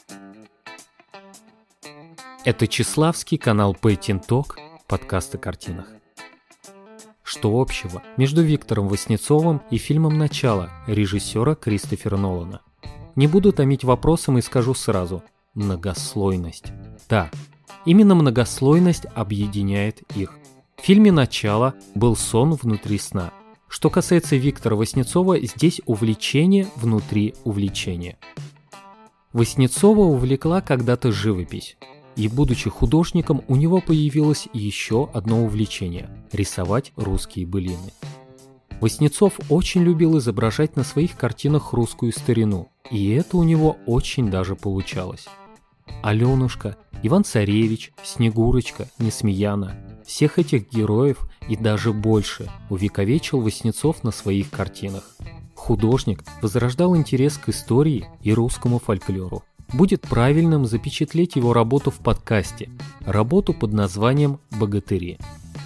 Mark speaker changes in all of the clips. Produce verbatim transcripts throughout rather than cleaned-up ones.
Speaker 1: Это Числавский, канал Painting Talk, подкаст о картинах. Что общего между Виктором Васнецовым и фильмом «Начало» режиссера Кристофера Нолана? Не буду томить вопросом и скажу сразу – многослойность. Да, именно многослойность объединяет их. В фильме «Начало» был сон внутри сна. Что касается Виктора Васнецова, здесь увлечение внутри увлечения. Васнецова увлекла когда-то живопись. И, будучи художником, у него появилось еще одно увлечение – рисовать русские былины. Васнецов очень любил изображать на своих картинах русскую старину, и это у него очень даже получалось. Аленушка, Иван-Царевич, Снегурочка, Несмеяна – всех этих героев и даже больше увековечил Васнецов на своих картинах. Художник возрождал интерес к истории и русскому фольклору. Будет правильным запечатлеть его работу в подкасте, работу под названием «Богатыри».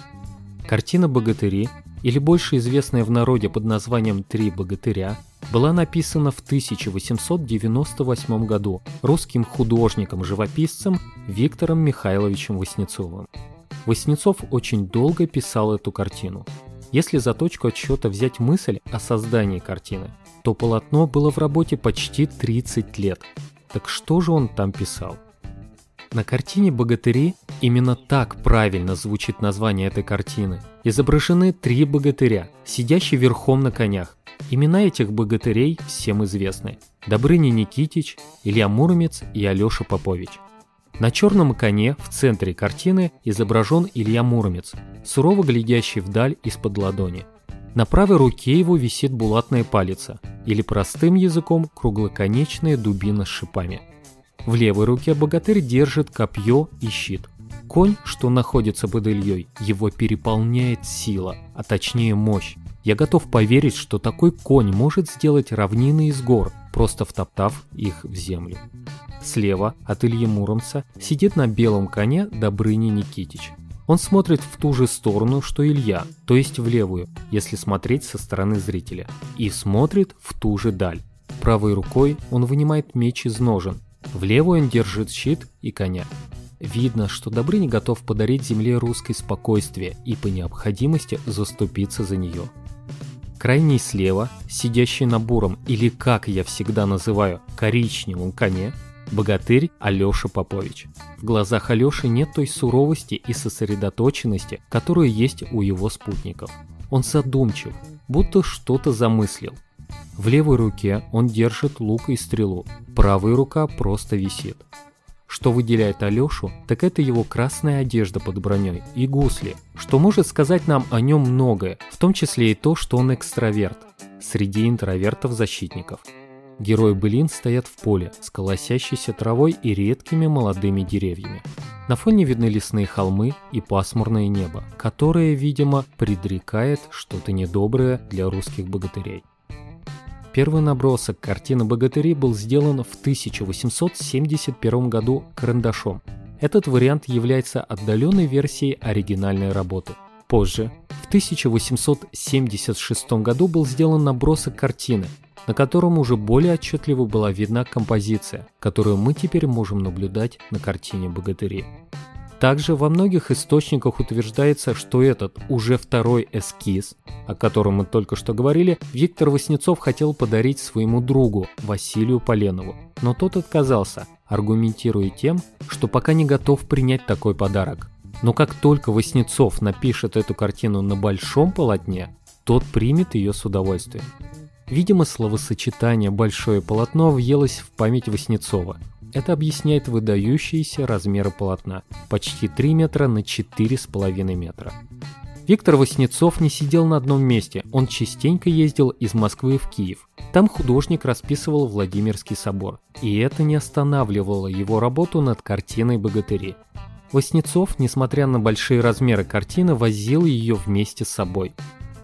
Speaker 1: Картина «Богатыри», или больше известная в народе под названием «Три богатыря», была написана в тысяча восемьсот девяносто восьмом году русским художником-живописцем Виктором Михайловичем Васнецовым. Васнецов очень долго писал эту картину. Если за точку отсчета взять мысль о создании картины, то полотно было в работе почти тридцать лет. Так что же он там писал? На картине «Богатыри» именно так правильно звучит название этой картины. Изображены три богатыря, сидящие верхом на конях. Имена этих богатырей всем известны. Добрыня Никитич, Илья Муромец и Алеша Попович. На черном коне в центре картины изображен Илья Муромец, сурово глядящий вдаль из-под ладони. На правой руке его висит булатная палица, или простым языком круглоконечная дубина с шипами. В левой руке богатырь держит копье и щит. Конь, что находится под Ильей, его переполняет сила, а точнее мощь. Я готов поверить, что такой конь может сделать равнины из гор, просто втоптав их в землю. Слева от Ильи Муромца сидит на белом коне Добрыня Никитич. Он смотрит в ту же сторону, что Илья, то есть в левую, если смотреть со стороны зрителя, и смотрит в ту же даль. Правой рукой он вынимает меч из ножен, в левую он держит щит и коня. Видно, что Добрыня готов подарить земле русской спокойствие и по необходимости заступиться за нее. Крайний слева, сидящий на буром, или как я всегда называю, коричневом коне, богатырь Алеша Попович. В глазах Алеши нет той суровости и сосредоточенности, которая есть у его спутников. Он задумчив, будто что-то замыслил. В левой руке он держит лук и стрелу, правая рука просто висит. Что выделяет Алешу, так это его красная одежда под броней и гусли, что может сказать нам о нем многое, в том числе и то, что он экстраверт, среди интровертов-защитников. Герои былин стоят в поле с колосящейся травой и редкими молодыми деревьями. На фоне видны лесные холмы и пасмурное небо, которое, видимо, предрекает что-то недоброе для русских богатырей. Первый набросок картины «Богатыри» был сделан в тысяча восемьсот семьдесят первом году карандашом. Этот вариант является отдаленной версией оригинальной работы. Позже, в тысяча восемьсот семьдесят шестом году был сделан набросок картины, на котором уже более отчетливо была видна композиция, которую мы теперь можем наблюдать на картине «Богатыри». Также во многих источниках утверждается, что этот уже второй эскиз, о котором мы только что говорили, Виктор Васнецов хотел подарить своему другу Василию Поленову, но тот отказался, аргументируя тем, что пока не готов принять такой подарок. Но как только Васнецов напишет эту картину на большом полотне, тот примет ее с удовольствием. Видимо, словосочетание «большое полотно» въелось в память Васнецова. Это объясняет выдающиеся размеры полотна – почти три метра на четыре с половиной метра. Виктор Васнецов не сидел на одном месте, он частенько ездил из Москвы в Киев. Там художник расписывал Владимирский собор, и это не останавливало его работу над картиной «Богатыри». Васнецов, несмотря на большие размеры картины, возил ее вместе с собой.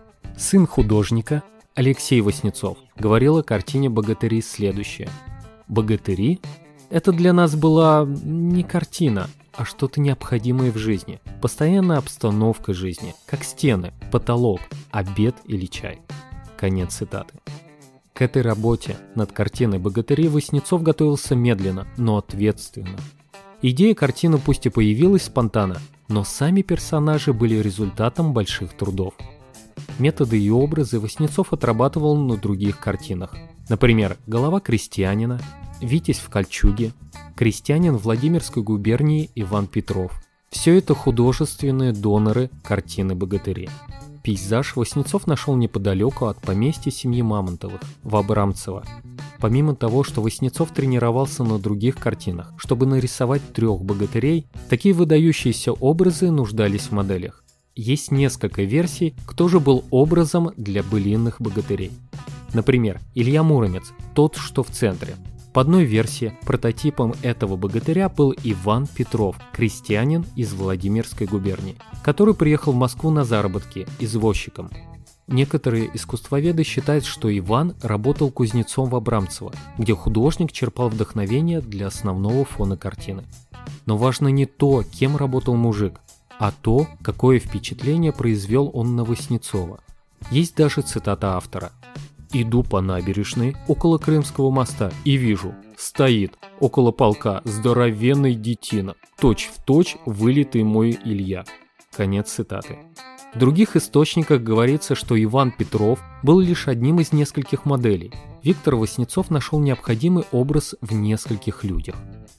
Speaker 1: Сын художника, Алексей Васнецов, говорил о картине «Богатыри» следующее. «Богатыри» — это для нас была не картина, а что-то необходимое в жизни, постоянная обстановка жизни, как стены, потолок, обед или чай». Конец цитаты. К этой работе над картиной «Богатыри» Васнецов готовился медленно, но ответственно. Идея картины пусть и появилась спонтанно, но сами персонажи были результатом больших трудов. Методы и образы Васнецов отрабатывал на других картинах. Например, «Голова крестьянина», «Витязь в кольчуге», «Крестьянин Владимирской губернии Иван Петров». Все это художественные доноры картины «Богатыри». Пейзаж Васнецов нашел неподалеку от поместья семьи Мамонтовых в Абрамцево. Помимо того, что Васнецов тренировался на других картинах, чтобы нарисовать трех богатырей, такие выдающиеся образы нуждались в моделях. Есть несколько версий, кто же был образом для былинных богатырей. Например, Илья Муромец, тот, что в центре. По одной версии, прототипом этого богатыря был Иван Петров, крестьянин из Владимирской губернии, который приехал в Москву на заработки извозчиком. Некоторые искусствоведы считают, что Иван работал кузнецом в Абрамцево, где художник черпал вдохновение для основного фона картины. Но важно не то, кем работал мужик, а то, какое впечатление произвел он на Васнецова. Есть даже цитата автора. «Иду по набережной около Крымского моста и вижу, стоит около полка здоровенный детина, точь-в-точь вылитый мой Илья». Конец цитаты. В других источниках говорится, что Иван Петров был лишь одним из нескольких моделей. Виктор Васнецов нашел необходимый образ в нескольких людях.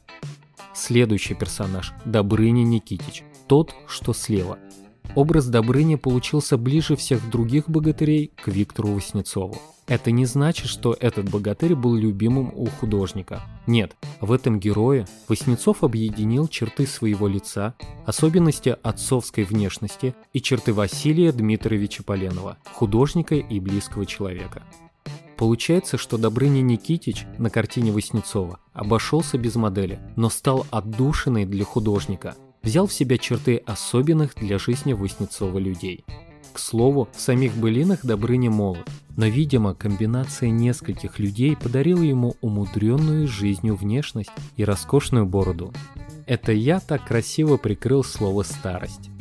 Speaker 1: Следующий персонаж – Добрыня Никитич, тот, что слева. Образ Добрыни получился ближе всех других богатырей к Виктору Васнецову. Это не значит, что этот богатырь был любимым у художника. Нет, в этом герое Васнецов объединил черты своего лица, особенности отцовской внешности и черты Василия Дмитриевича Поленова, художника и близкого человека. Получается, что Добрыня Никитич на картине Васнецова обошелся без модели, но стал отдушиной для художника, взял в себя черты особенных для жизни Васнецова людей. К слову, в самих былинах Добрыня молод, но, видимо, комбинация нескольких людей подарила ему умудренную жизнью внешность и роскошную бороду. Это я так красиво прикрыл слово «старость».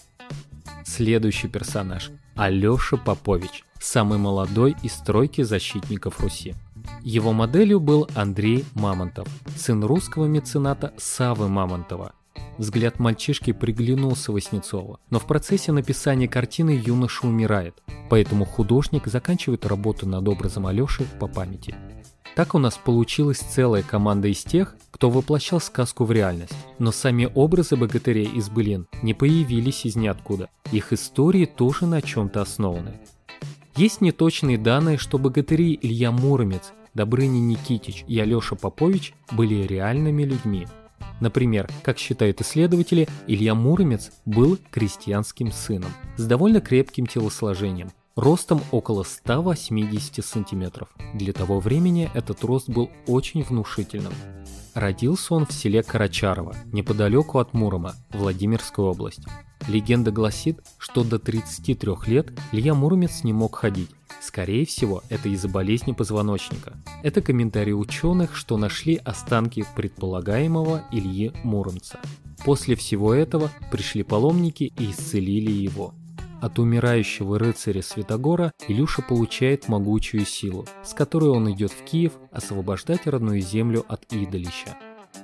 Speaker 1: Следующий персонаж – Алеша Попович, самый молодой из тройки защитников Руси. Его моделью был Андрей Мамонтов, сын русского мецената Саввы Мамонтова. Взгляд мальчишки приглянулся Васнецову, но в процессе написания картины юноша умирает, поэтому художник заканчивает работу над образом Алеши по памяти. Так у нас получилась целая команда из тех, кто воплощал сказку в реальность, но сами образы богатырей из былин не появились из ниоткуда, их истории тоже на чем-то основаны. Есть неточные данные, что богатыри Илья Муромец, Добрыня Никитич и Алеша Попович были реальными людьми. Например, как считают исследователи, Илья Муромец был крестьянским сыном с довольно крепким телосложением, ростом около ста восьмидесяти сантиметров. Для того времени этот рост был очень внушительным. Родился он в селе Карачарово, неподалеку от Мурома, Владимирская область. Легенда гласит, что до тридцати трёх лет Илья Муромец не мог ходить. Скорее всего, это из-за болезни позвоночника. Это комментарии ученых, что нашли останки предполагаемого Ильи Муромца. После всего этого пришли паломники и исцелили его. От умирающего рыцаря Святогора Илюша получает могучую силу, с которой он идет в Киев освобождать родную землю от идолища.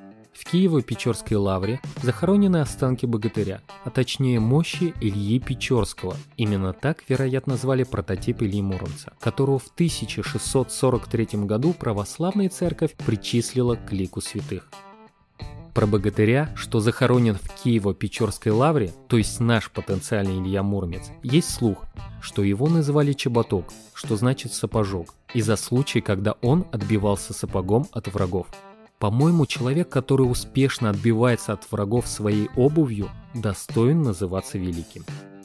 Speaker 1: В Киево-Печорской лавре захоронены останки богатыря, а точнее мощи Ильи Печорского. Именно так, вероятно, звали прототип Ильи Муромца, которого в тысяча шестьсот сорок третьем году православная церковь причислила к лику святых. Про богатыря, что захоронен в Киево-Печорской лавре, то есть наш потенциальный Илья Муромец, есть слух, что его называли Чеботок, что значит сапожок, из-за случая, когда он отбивался сапогом от врагов. По-моему, человек, который успешно отбивается от врагов своей обувью, достоин называться великим.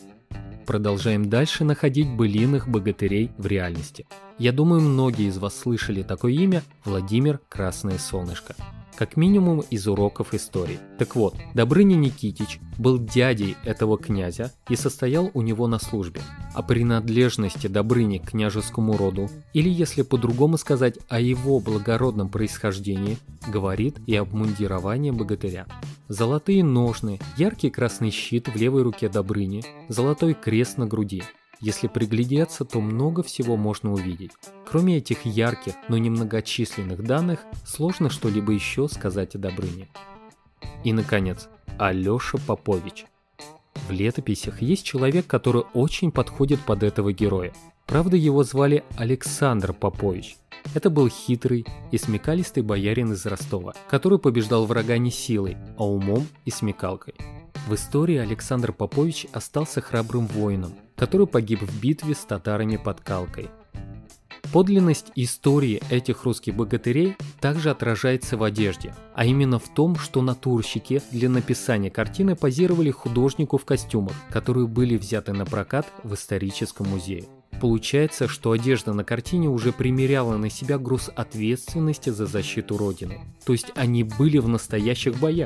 Speaker 1: Продолжаем дальше находить былинных богатырей в реальности. Я думаю, многие из вас слышали такое имя – Владимир Красное Солнышко. Как минимум из уроков истории. Так вот, Добрыня Никитич был дядей этого князя и состоял у него на службе. О принадлежности Добрыни к княжескому роду, или если по-другому сказать, о его благородном происхождении, говорит и обмундирование богатыря. Золотые ножны, яркий красный щит в левой руке Добрыни, золотой крест на груди. Если приглядеться, то много всего можно увидеть. Кроме этих ярких, но немногочисленных данных, сложно что-либо еще сказать о Добрыне. И, наконец, Алеша Попович. В летописях есть человек, который очень подходит под этого героя. Правда, его звали Александр Попович. Это был хитрый и смекалистый боярин из Ростова, который побеждал врага не силой, а умом и смекалкой. В истории Александр Попович остался храбрым воином, который погиб в битве с татарами под Калкой. Подлинность истории этих русских богатырей также отражается в одежде, а именно в том, что натурщики для написания картины позировали художнику в костюмах, которые были взяты на прокат в историческом музее. Получается, что одежда на картине уже примеряла на себя груз ответственности за защиту Родины, то есть они были в настоящих боях.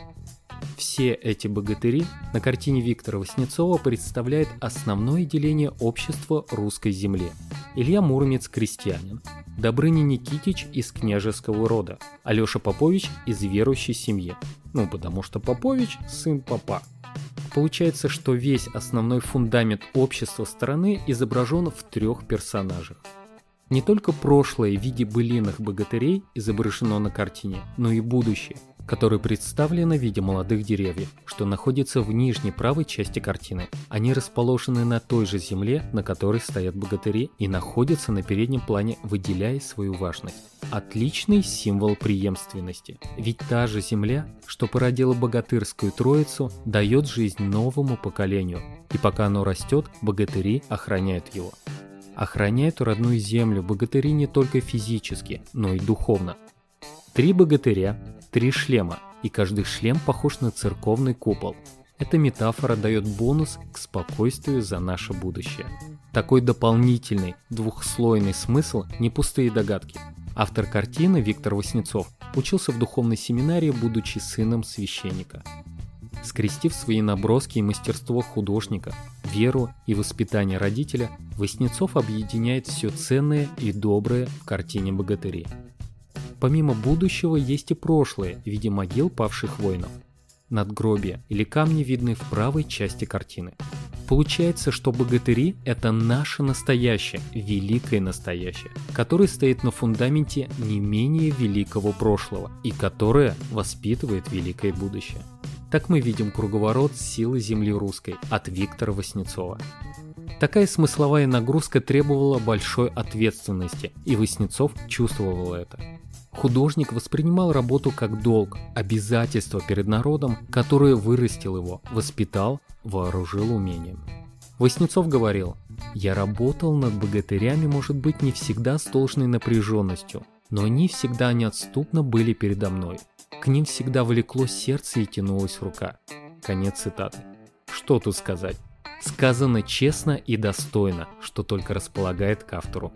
Speaker 1: Все эти богатыри на картине Виктора Васнецова представляют основное деление общества русской земли. Илья Муромец – крестьянин, Добрыня Никитич из княжеского рода, Алеша Попович из верующей семьи, ну потому что Попович – сын попа. Получается, что весь основной фундамент общества страны изображен в трех персонажах. Не только прошлое в виде былинных богатырей изображено на картине, но и будущее, которое представлено в виде молодых деревьев, что находится в нижней правой части картины. Они расположены на той же земле, на которой стоят богатыри, и находятся на переднем плане, выделяя свою важность. Отличный символ преемственности. Ведь та же земля, что породила богатырскую троицу, дает жизнь новому поколению, и пока оно растет, богатыри охраняют его. Охраняют родную землю богатыри не только физически, но и духовно. Три богатыря, три шлема, и каждый шлем похож на церковный купол. Эта метафора дает бонус к спокойствию за наше будущее. Такой дополнительный, двухслойный смысл – не пустые догадки. Автор картины Виктор Васнецов учился в духовной семинарии, будучи сыном священника. Скрестив свои наброски и мастерство художника, веру и воспитание родителя, Васнецов объединяет все ценное и доброе в картине «Богатыри». Помимо будущего есть и прошлое в виде могил павших воинов. Надгробия или камни видны в правой части картины. Получается, что богатыри – это наше настоящее, великое настоящее, которое стоит на фундаменте не менее великого прошлого и которое воспитывает великое будущее. Так мы видим круговорот силы земли русской от Виктора Васнецова. Такая смысловая нагрузка требовала большой ответственности, и Васнецов чувствовал это. Художник воспринимал работу как долг, обязательство перед народом, которое вырастил его, воспитал, вооружил умением. Васнецов говорил: «Я работал над богатырями, может быть, не всегда с должной напряженностью, но они всегда неотступно были передо мной. К ним всегда влекло сердце и тянулась рука». Конец цитаты. Что тут сказать? Сказано честно и достойно, что только располагает к автору.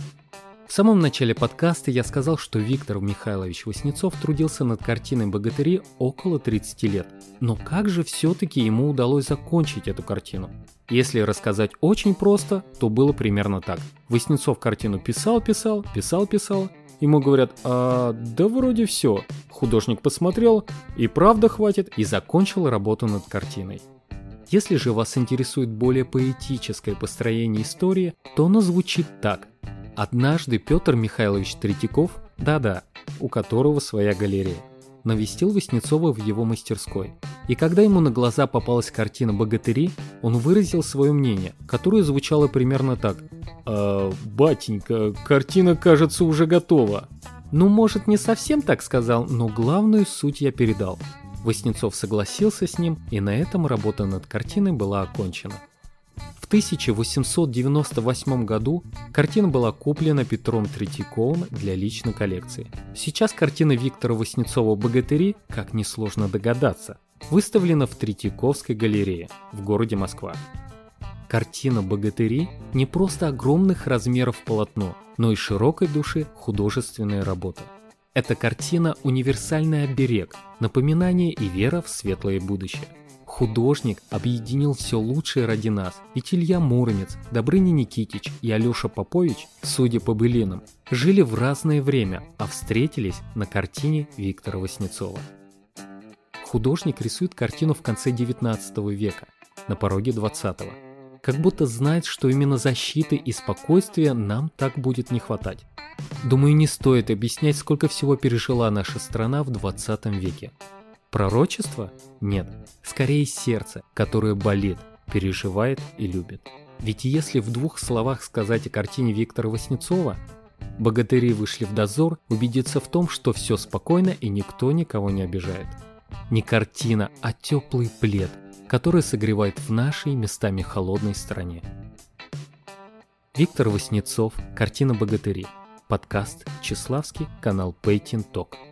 Speaker 1: В самом начале подкаста я сказал, что Виктор Михайлович Васнецов трудился над картиной «Богатыри» около тридцати лет. Но как же все-таки ему удалось закончить эту картину? Если рассказать очень просто, то было примерно так. Васнецов картину писал-писал, писал-писал. Ему говорят: а, да вроде все. Художник посмотрел, и правда хватит, и закончил работу над картиной. Если же вас интересует более поэтическое построение истории, то оно звучит так. Однажды Петр Михайлович Третьяков, да-да, у которого своя галерея, навестил Васнецова в его мастерской. И когда ему на глаза попалась картина «Богатыри», он выразил свое мнение, которое звучало примерно так: «А, батенька, картина, кажется, уже готова». Ну, может, не совсем так сказал, но главную суть я передал. Васнецов согласился с ним, и на этом работа над картиной была окончена. В тысяча восемьсот девяносто восьмом году картина была куплена Петром Третьяковым для личной коллекции. Сейчас картина Виктора Васнецова «Богатыри», как несложно догадаться, выставлена в Третьяковской галерее в городе Москва. Картина «Богатыри» не просто огромных размеров полотно, но и широкой души художественная работа. Эта картина – универсальный оберег, напоминание и вера в светлое будущее. Художник объединил все лучшее ради нас, ведь Илья Муромец, Добрыня Никитич и Алеша Попович, судя по былинам, жили в разное время, а встретились на картине Виктора Васнецова. Художник рисует картину в конце девятнадцатого века, на пороге двадцатого. как будто знает, что именно защиты и спокойствия нам так будет не хватать. Думаю, не стоит объяснять, сколько всего пережила наша страна в двадцатом веке. Пророчество? Нет, скорее сердце, которое болит, переживает и любит. Ведь если в двух словах сказать о картине Виктора Васнецова, богатыри вышли в дозор убедиться в том, что все спокойно и никто никого не обижает. Не картина, а теплый плед, который согревает в нашей местами холодной стране. Виктор Васнецов, картина «Богатыри». Подкаст «Тщеславский», канал Painting Talk.